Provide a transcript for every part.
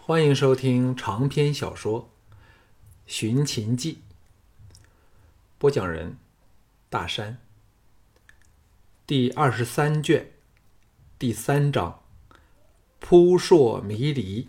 欢迎收听长篇小说《寻秦记》，播讲人大山，第23卷，第3章，扑朔迷离。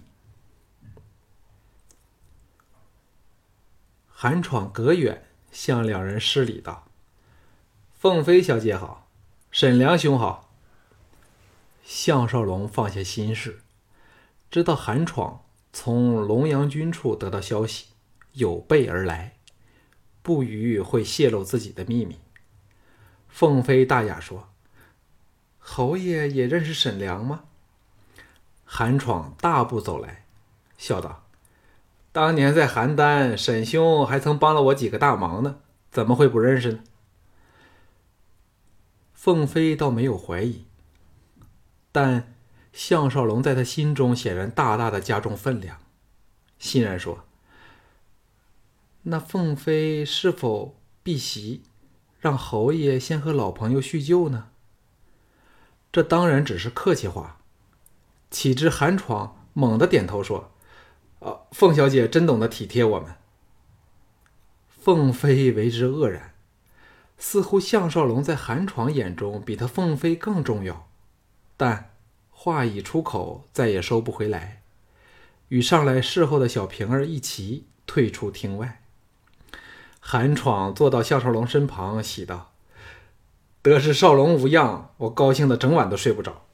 韩闯隔远向两人施礼道：“凤飞小姐好，沈良兄好。”项少龙放下心事，知道韩闯从龙阳军处得到消息，有备而来，不虞会泄露自己的秘密。凤飞大雅说：“侯爷也认识沈良吗？”韩闯大步走来，笑道：“当年在邯郸，沈兄还曾帮了我几个大忙呢，怎么会不认识呢？”凤飞倒没有怀疑，但项少龙在他心中显然大大的加重分量，欣然说：“那凤飞是否避席，让侯爷先和老朋友叙旧呢？”这当然只是客气话。岂知韩闯猛地点头说：“凤小姐真懂得体贴我们。”凤飞为之愕然，似乎项少龙在韩闯眼中比他凤飞更重要，但话已出口，再也收不回来，与上来侍候的小平儿一齐退出厅外。韩闯坐到项少龙身旁，喜道：“得知少龙无恙，我高兴的整晚都睡不着。”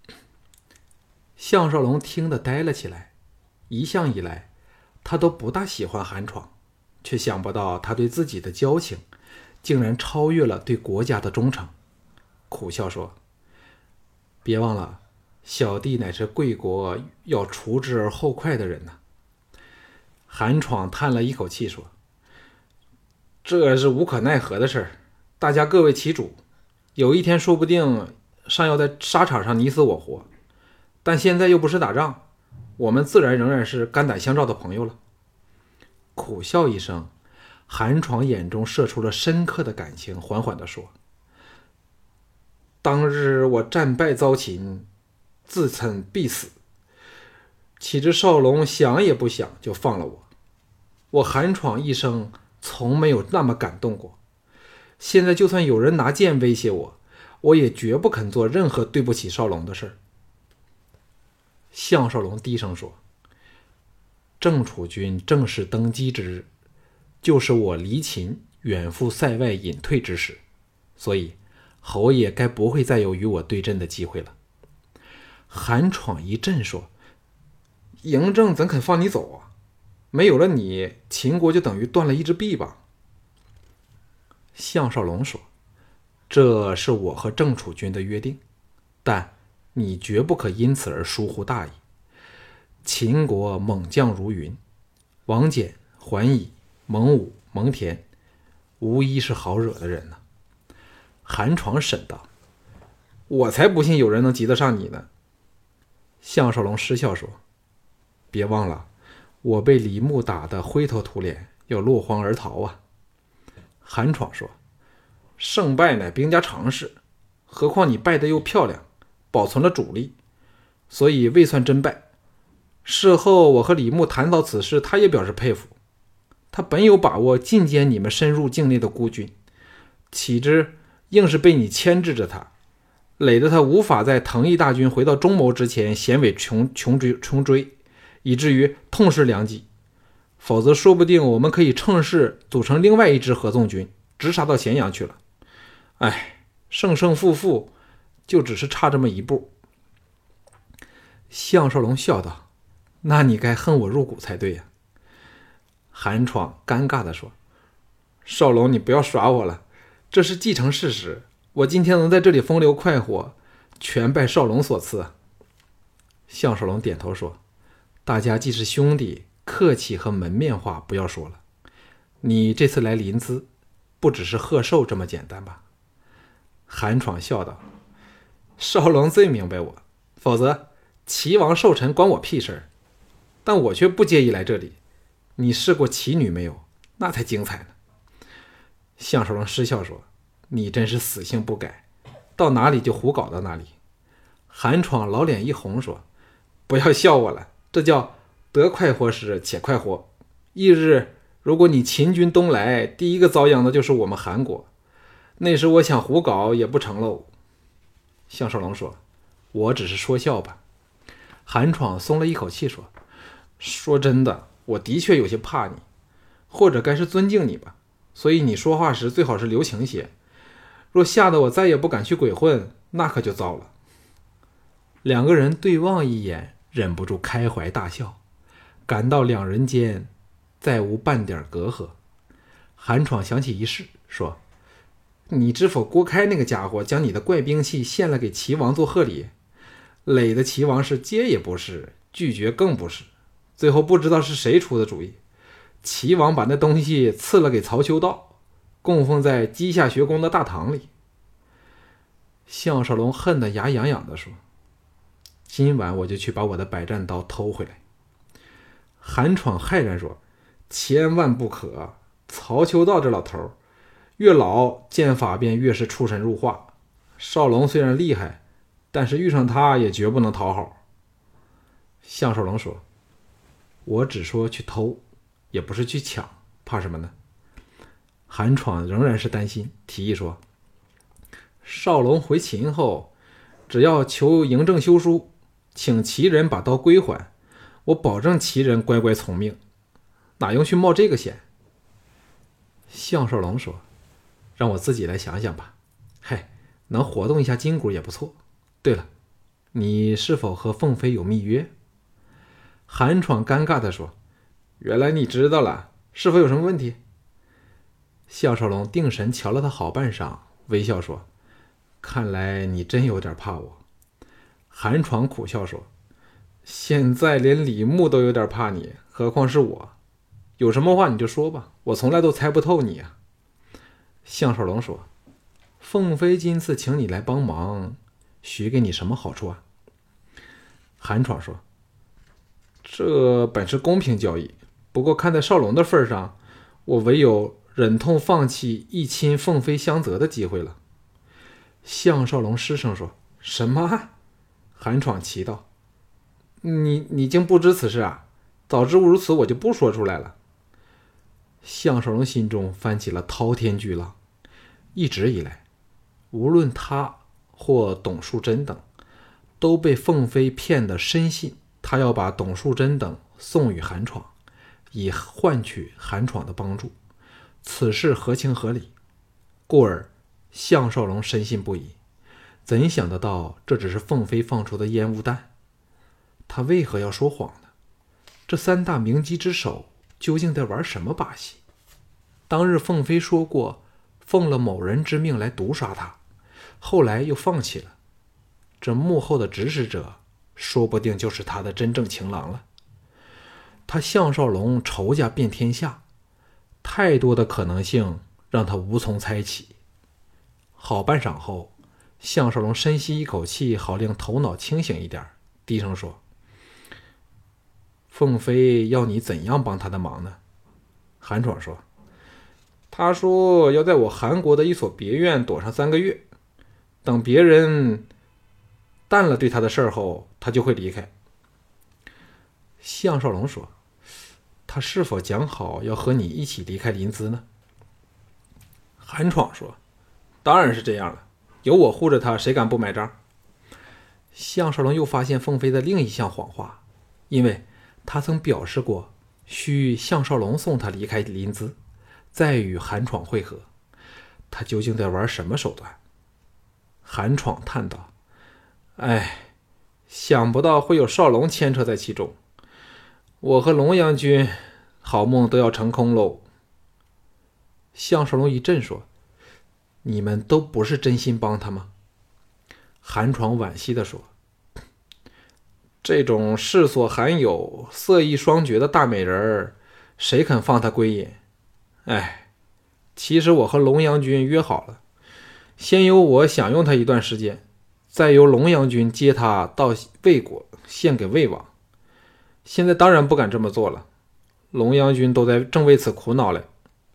项少龙听得呆了起来，一向以来他都不大喜欢韩闯，却想不到他对自己的交情竟然超越了对国家的忠诚，苦笑说：“别忘了，小弟乃是贵国要除之而后快的人呐。”韩闯叹了一口气说：“这是无可奈何的事儿，大家各为其主，有一天说不定尚要在沙场上你死我活，但现在又不是打仗，我们自然仍然是肝胆相照的朋友了。”苦笑一声，韩闯眼中射出了深刻的感情，缓缓地说：“当日我战败遭擒，自忖必死，岂知少龙想也不想就放了我。我韩闯一生从没有那么感动过，现在就算有人拿剑威胁我，我也绝不肯做任何对不起少龙的事儿。”项少龙低声说：“郑楚军正式登基之日，就是我离秦远赴塞外隐退之时，所以侯爷该不会再有与我对阵的机会了。”韩闯一震说：“嬴政怎肯放你走啊？没有了你，秦国就等于断了一只臂膀。”项少龙说：“这是我和郑楚军的约定，但你绝不可因此而疏忽大意。秦国猛将如云，王翦、桓乙、蒙武、蒙恬，无一是好惹的人呢。”韩闯审道：“我才不信有人能及得上你呢。”项少龙失笑说：“别忘了，我被李牧打得灰头土脸，要落荒而逃啊。”韩闯说：“胜败乃兵家常事，何况你败得又漂亮，保存了主力，所以未算真败。事后我和李牧谈到此事，他也表示佩服。他本有把握进歼你们深入境内的孤军，岂知硬是被你牵制着他，累得他无法在藤毅大军回到中牟之前衔尾穷追，以至于痛失良机。否则说不定我们可以趁势组成另外一支合纵军，直杀到咸阳去了。胜负就只是差这么一步。”项少龙笑道：“那你该恨我入骨才对呀。”韩闯尴尬地说：“少龙，你不要耍我了，这是既成事实，我今天能在这里风流快活，全拜少龙所赐。”项少龙点头说：“大家既是兄弟，客气和门面话不要说了。你这次来临淄，不只是贺寿这么简单吧？”韩闯笑道：“少龙最明白我，否则齐王寿辰关我屁事儿。但我却不介意来这里。你试过齐女没有？那才精彩呢。”项少龙失笑说：“你真是死性不改，到哪里就胡搞到哪里。”韩闯老脸一红说：“不要笑我了，这叫得快活时且快活。翌日，如果你秦军东来，第一个遭殃的就是我们韩国。那时我想胡搞也不成喽。”项少龙说：“我只是说笑吧。”韩闯松了一口气说：“说真的，我的确有些怕你，或者该是尊敬你吧。所以你说话时最好是留情些。若吓得我再也不敢去鬼混，那可就糟了。”两个人对望一眼，忍不住开怀大笑，感到两人间再无半点隔阂。韩闯想起一事，说：“你知否郭开那个家伙将你的怪兵器献了给齐王做贺礼？累的齐王是接也不是，拒绝更不是，最后不知道是谁出的主意，齐王把那东西赐了给曹秋道，供奉在稷下学宫的大堂里。”项少龙恨得牙痒痒地说：“今晚我就去把我的百战刀偷回来。”韩闯骇然说：“千万不可！曹秋道这老头越老剑法便越是出神入化。少龙虽然厉害，但是遇上他也绝不能讨好。”项少龙说：“我只说去偷，也不是去抢，怕什么呢？”韩闯仍然是担心，提议说：“少龙回秦后，只要求嬴政修书，请齐人把刀归还，我保证齐人乖乖从命，哪用去冒这个险？”项少龙说：“让我自己来想想吧。嗨，能活动一下筋骨也不错。对了，你是否和凤飞有密约？”韩闯尴尬地说：“原来你知道了，是否有什么问题？”项少龙定神瞧了他好半晌，微笑说：“看来你真有点怕我。”韩闯苦笑说：“现在连李牧都有点怕你，何况是我？有什么话你就说吧，我从来都猜不透你啊。”项少龙说：“凤飞今次请你来帮忙，许给你什么好处啊？”韩闯说：“这本是公平交易，不过看在少龙的份上，我唯有忍痛放弃一亲凤飞相泽的机会了。”项少龙失声说：“什么？”韩闯奇道：“你竟不知此事啊？早知如此，我就不说出来了。”项少龙心中翻起了滔天巨浪。一直以来，无论他或董树贞等，都被凤飞骗得深信他要把董树贞等送与韩闯，以换取韩闯的帮助。此事合情合理，故而项少龙深信不疑。怎想得到这只是凤飞放出的烟雾弹？他为何要说谎呢？这三大名机之首究竟在玩什么把戏？当日凤飞说过奉了某人之命来毒杀他，后来又放弃了。这幕后的指使者说不定就是他的真正情郎了。他项少龙仇家遍天下，太多的可能性让他无从猜起。好半晌后，项少龙深吸一口气，好令头脑清醒一点，低声说：“凤飞要你怎样帮他的忙呢？”韩闯说：“他说要在我韩国的一所别院躲上3个月，等别人淡了对他的事儿后，他就会离开。”项少龙说：“他是否讲好要和你一起离开临淄呢？”韩闯说：“当然是这样了，有我护着他，谁敢不买账？”项少龙又发现凤飞的另一项谎话，因为他曾表示过需项少龙送他离开临淄，再与韩闯会合。他究竟在玩什么手段？韩闯叹道：“哎，想不到会有少龙牵扯在其中，我和龙阳君好梦都要成空喽。”项少龙一震说：“你们都不是真心帮他吗？”韩闯惋惜地说：“这种世所罕有、色艺双绝的大美人儿，谁肯放她归隐？哎，其实我和龙阳君约好了，先由我享用她一段时间，再由龙阳君接她到魏国献给魏王。现在当然不敢这么做了，龙阳君正为此苦恼嘞。”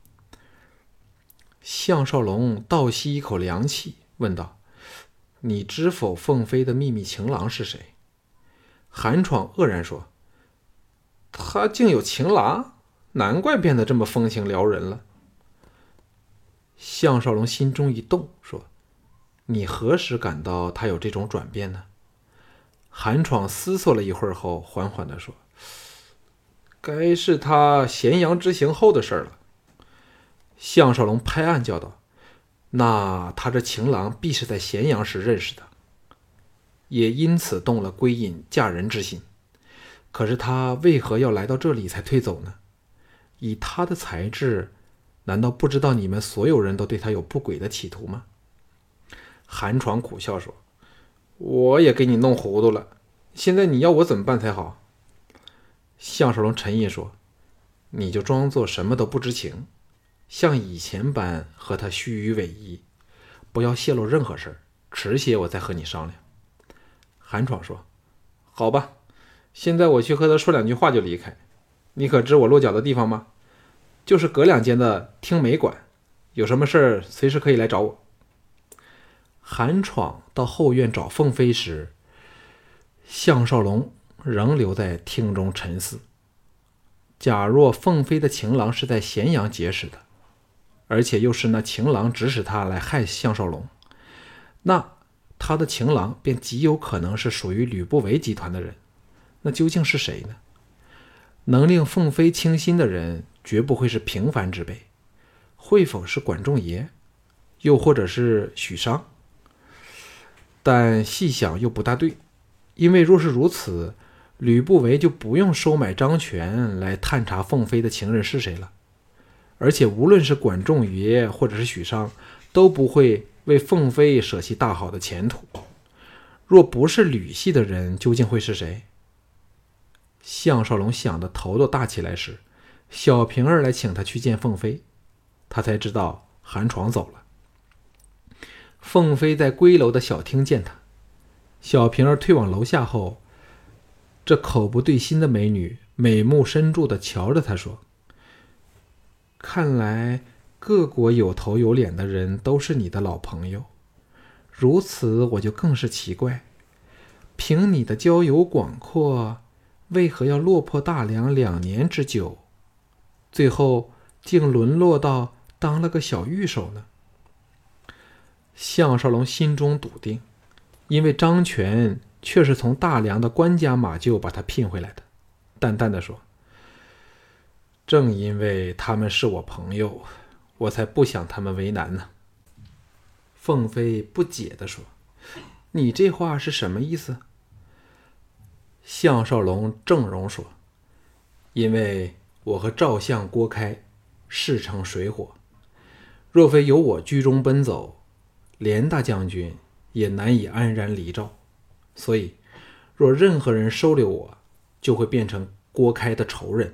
项少龙倒吸一口凉气，问道：“你知否凤飞的秘密情郎是谁？”韩闯愕然说：“ 他竟有情郎，难怪变得这么风情撩人了。项少龙心中一动，说：“你何时感到他有这种转变呢？”韩闯思索了一会儿后，缓缓地说：“该是他咸阳之行后的事了。”项少龙拍案叫道：“那他这情郎必是在咸阳时认识的，也因此动了归隐嫁人之心。可是他为何要来到这里才退走呢？以他的才智，难道不知道你们所有人都对他有不轨的企图吗？”韩闯苦笑说：“我也给你弄糊涂了，现在你要我怎么办才好？”项少龙沉吟说：“你就装作什么都不知情，像以前般和他虚与委蛇，不要泄露任何事儿，迟些我再和你商量。”韩闯说：“好吧，现在我去和他说两句话就离开。你可知我落脚的地方吗？就是隔两间的听媒馆，有什么事儿随时可以来找我。”韩闯到后院找凤飞时，项少龙仍留在厅中沉思。假若凤飞的情郎是在咸阳结识的，而且又是那情郎指使他来害项少龙，那他的情郎便极有可能是属于吕不韦集团的人。那究竟是谁呢？能令凤飞倾心的人绝不会是平凡之辈，会否是管仲爷，又或者是许商？但细想又不大对，因为若是如此，吕不韦就不用收买张权来探查凤飞的情人是谁了。而且无论是管仲爷或者是许商，都不会为凤飞舍弃大好的前途。若不是吕系的人，究竟会是谁？项少龙想的头都大起来时，小平儿来请他去见凤飞，他才知道韩闯走了。凤飞在归楼的小厅见他，小平儿退往楼下后，这口不对心的美女美目深注地瞧着他说：“看来各国有头有脸的人都是你的老朋友，如此我就更是奇怪，凭你的交友广阔，为何要落魄大梁2年之久，最后竟沦落到当了个小御手呢？”项少龙心中笃定，因为张权却是从大梁的官家马厩把他聘回来的，淡淡的说：“正因为他们是我朋友，我才不想他们为难呢。”凤飞不解地说：“你这话是什么意思？”项少龙正容说：“因为我和赵相、郭开势成水火，若非有我居中奔走，连大将军也难以安然离赵，所以若任何人收留我，就会变成郭开的仇人。”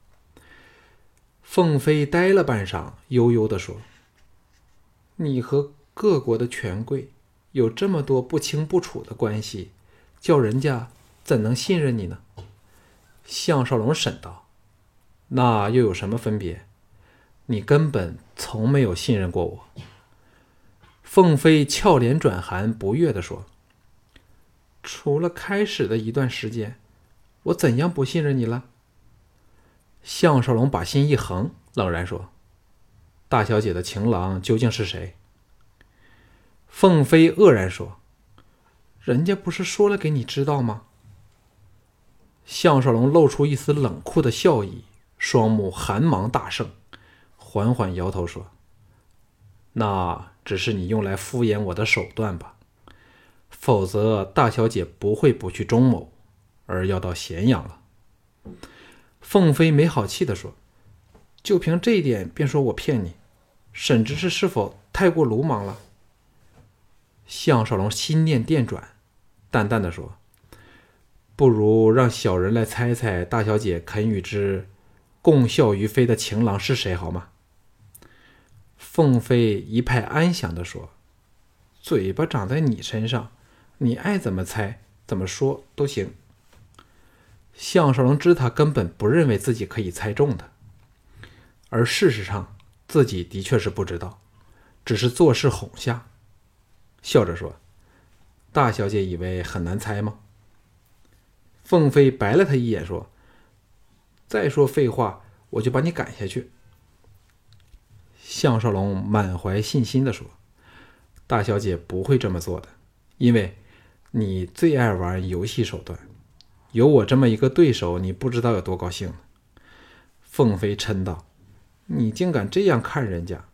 凤飞呆了半晌，悠悠地说：“你和各国的权贵有这么多不清不楚的关系，叫人家怎能信任你呢？”项少龙审道：“那又有什么分别？你根本从没有信任过我。”凤飞俏脸转寒，不悦地说：“除了开始的一段时间，我怎样不信任你了？”项少龙把心一横，冷然说：“大小姐的情郎究竟是谁？”凤飞愕然说：“人家不是说了给你知道吗？”项少龙露出一丝冷酷的笑意，双目寒芒大盛，缓缓摇头说：“那只是你用来敷衍我的手段吧，否则大小姐不会不去中牟，而要到咸阳了。”凤飞没好气地说：“就凭这一点便说我骗你，沈知识是否太过鲁莽了？”项少龙心念电转，淡淡地说：“不如让小人来猜猜大小姐肯与之共效于妃的情郎是谁好吗？”凤飞一派安详地说：“嘴巴长在你身上，你爱怎么猜怎么说都行。”项少龙知他根本不认为自己可以猜中的，而事实上自己的确是不知道，只是做事哄下，笑着说：“大小姐以为很难猜吗？”凤飞白了他一眼说：“ 再说废话，我就把你赶下去。”项少龙满怀信心地说：“大小姐不会这么做的，因为你最爱玩游戏手段，有我这么一个对手，你不知道有多高兴呢。”凤飞嗔道：“你竟敢这样看人家！”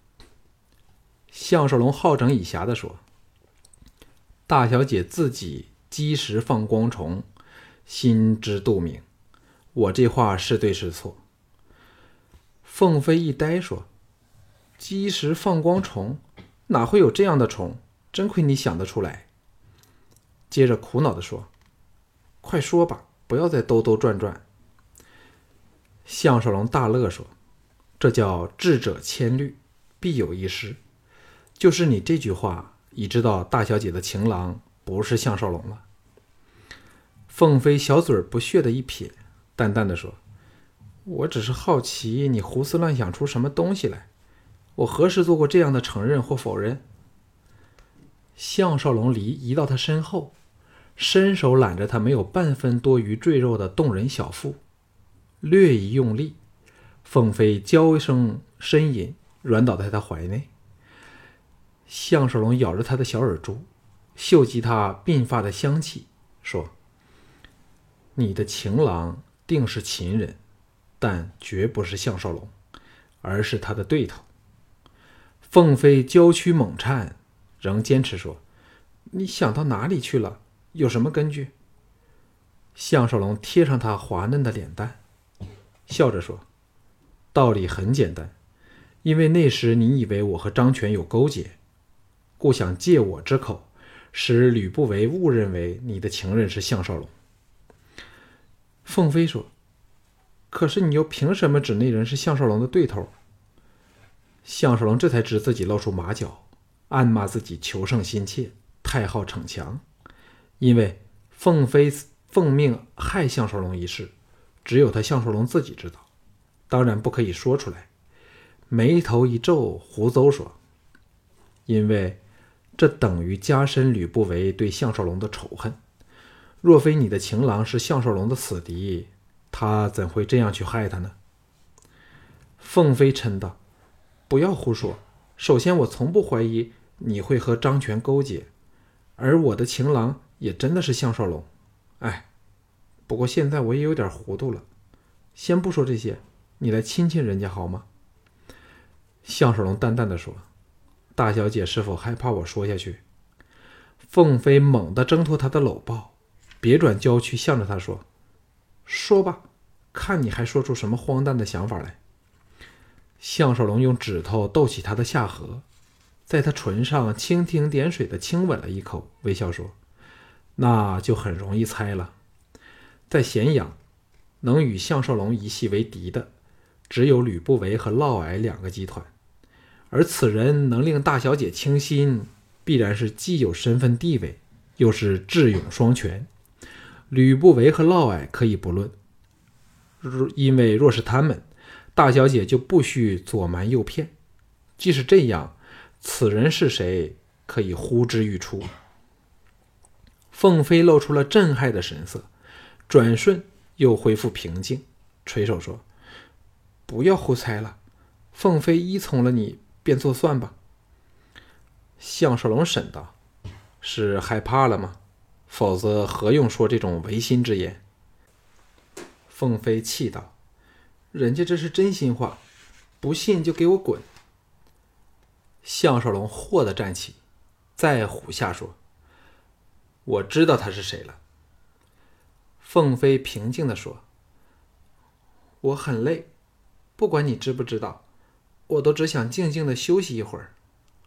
项少龙好整以暇地说：“大小姐自己积食放光虫，心知肚明，我这话是对是错？”凤飞一呆说：“积食放光虫，哪会有这样的虫？真亏你想得出来。”接着苦恼地说：“快说吧，不要再兜兜转转。”项少龙大乐说：“这叫智者千虑，必有一失。就是你这句话，已知道大小姐的情郎不是项少龙了。”凤飞小嘴不屑的一撇，淡淡的说：“我只是好奇你胡思乱想出什么东西来，我何时做过这样的承认或否认？”项少龙移到他身后，伸手揽着他没有半分多余赘肉的动人小腹，略一用力，凤飞娇声呻吟，软倒在他怀内。项少龙咬着他的小耳珠，嗅及他鬓发的香气，说：“你的情郎定是秦人，但绝不是项少龙，而是他的对头。”凤飞娇躯猛颤，仍坚持说：“你想到哪里去了？有什么根据？”项少龙贴上他滑嫩的脸蛋，笑着说：“道理很简单，因为那时你以为我和张全有勾结，故想借我之口，使吕不韦误认为你的情人是项少龙。”凤飞说：“可是你又凭什么指那人是项少龙的对头？”项少龙这才知自己露出马脚，暗骂自己求胜心切，太好逞强。因为凤飞奉命害项少龙一事，只有他项少龙自己知道，当然不可以说出来。眉头一皱，胡诌说：“因为这等于加深吕不韦对项少龙的仇恨。若非你的情郎是项少龙的死敌，他怎会这样去害他呢？”凤飞嗔道：“不要胡说！首先，我从不怀疑你会和张全勾结，而我的情郎也真的是项少龙。哎，不过现在我也有点糊涂了。先不说这些，你来亲亲人家好吗？”项少龙淡淡的说：“大小姐是否害怕我说下去？”凤飞猛地挣脱他的搂抱，别转娇躯向着他说：“说吧，看你还说出什么荒诞的想法来。”项少龙用指头逗起他的下颌，在他唇上蜻蜓点水的亲吻了一口，微笑说：“那就很容易猜了。在咸阳，能与项少龙一系为敌的，只有吕不韦和嫪毐两个集团，而此人能令大小姐倾心，必然是既有身份地位，又是智勇双全。吕不韦和嫪毐可以不论，因为若是他们，大小姐就不需左瞒右骗。即使这样，此人是谁，可以呼之欲出。”凤飞露出了震撼的神色，转瞬又恢复平静，垂手说：“不要胡猜了，凤飞依从了你，便作算吧。”项少龙审道：“是害怕了吗？否则何用说这种违心之言？”凤飞气道：“人家这是真心话，不信就给我滚！”项少龙霍地站起，在虎下说：“我知道他是谁了。”凤飞平静地说：“我很累，不管你知不知道，我都只想静静地休息一会儿。”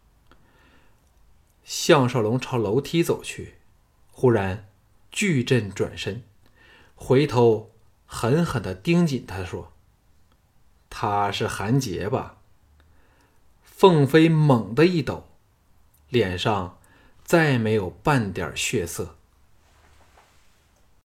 项少龙朝楼梯走去，忽然巨震转身，回头狠狠地盯紧他说：“他是韩杰吧？”凤飞猛地一抖，脸上再没有半点血色。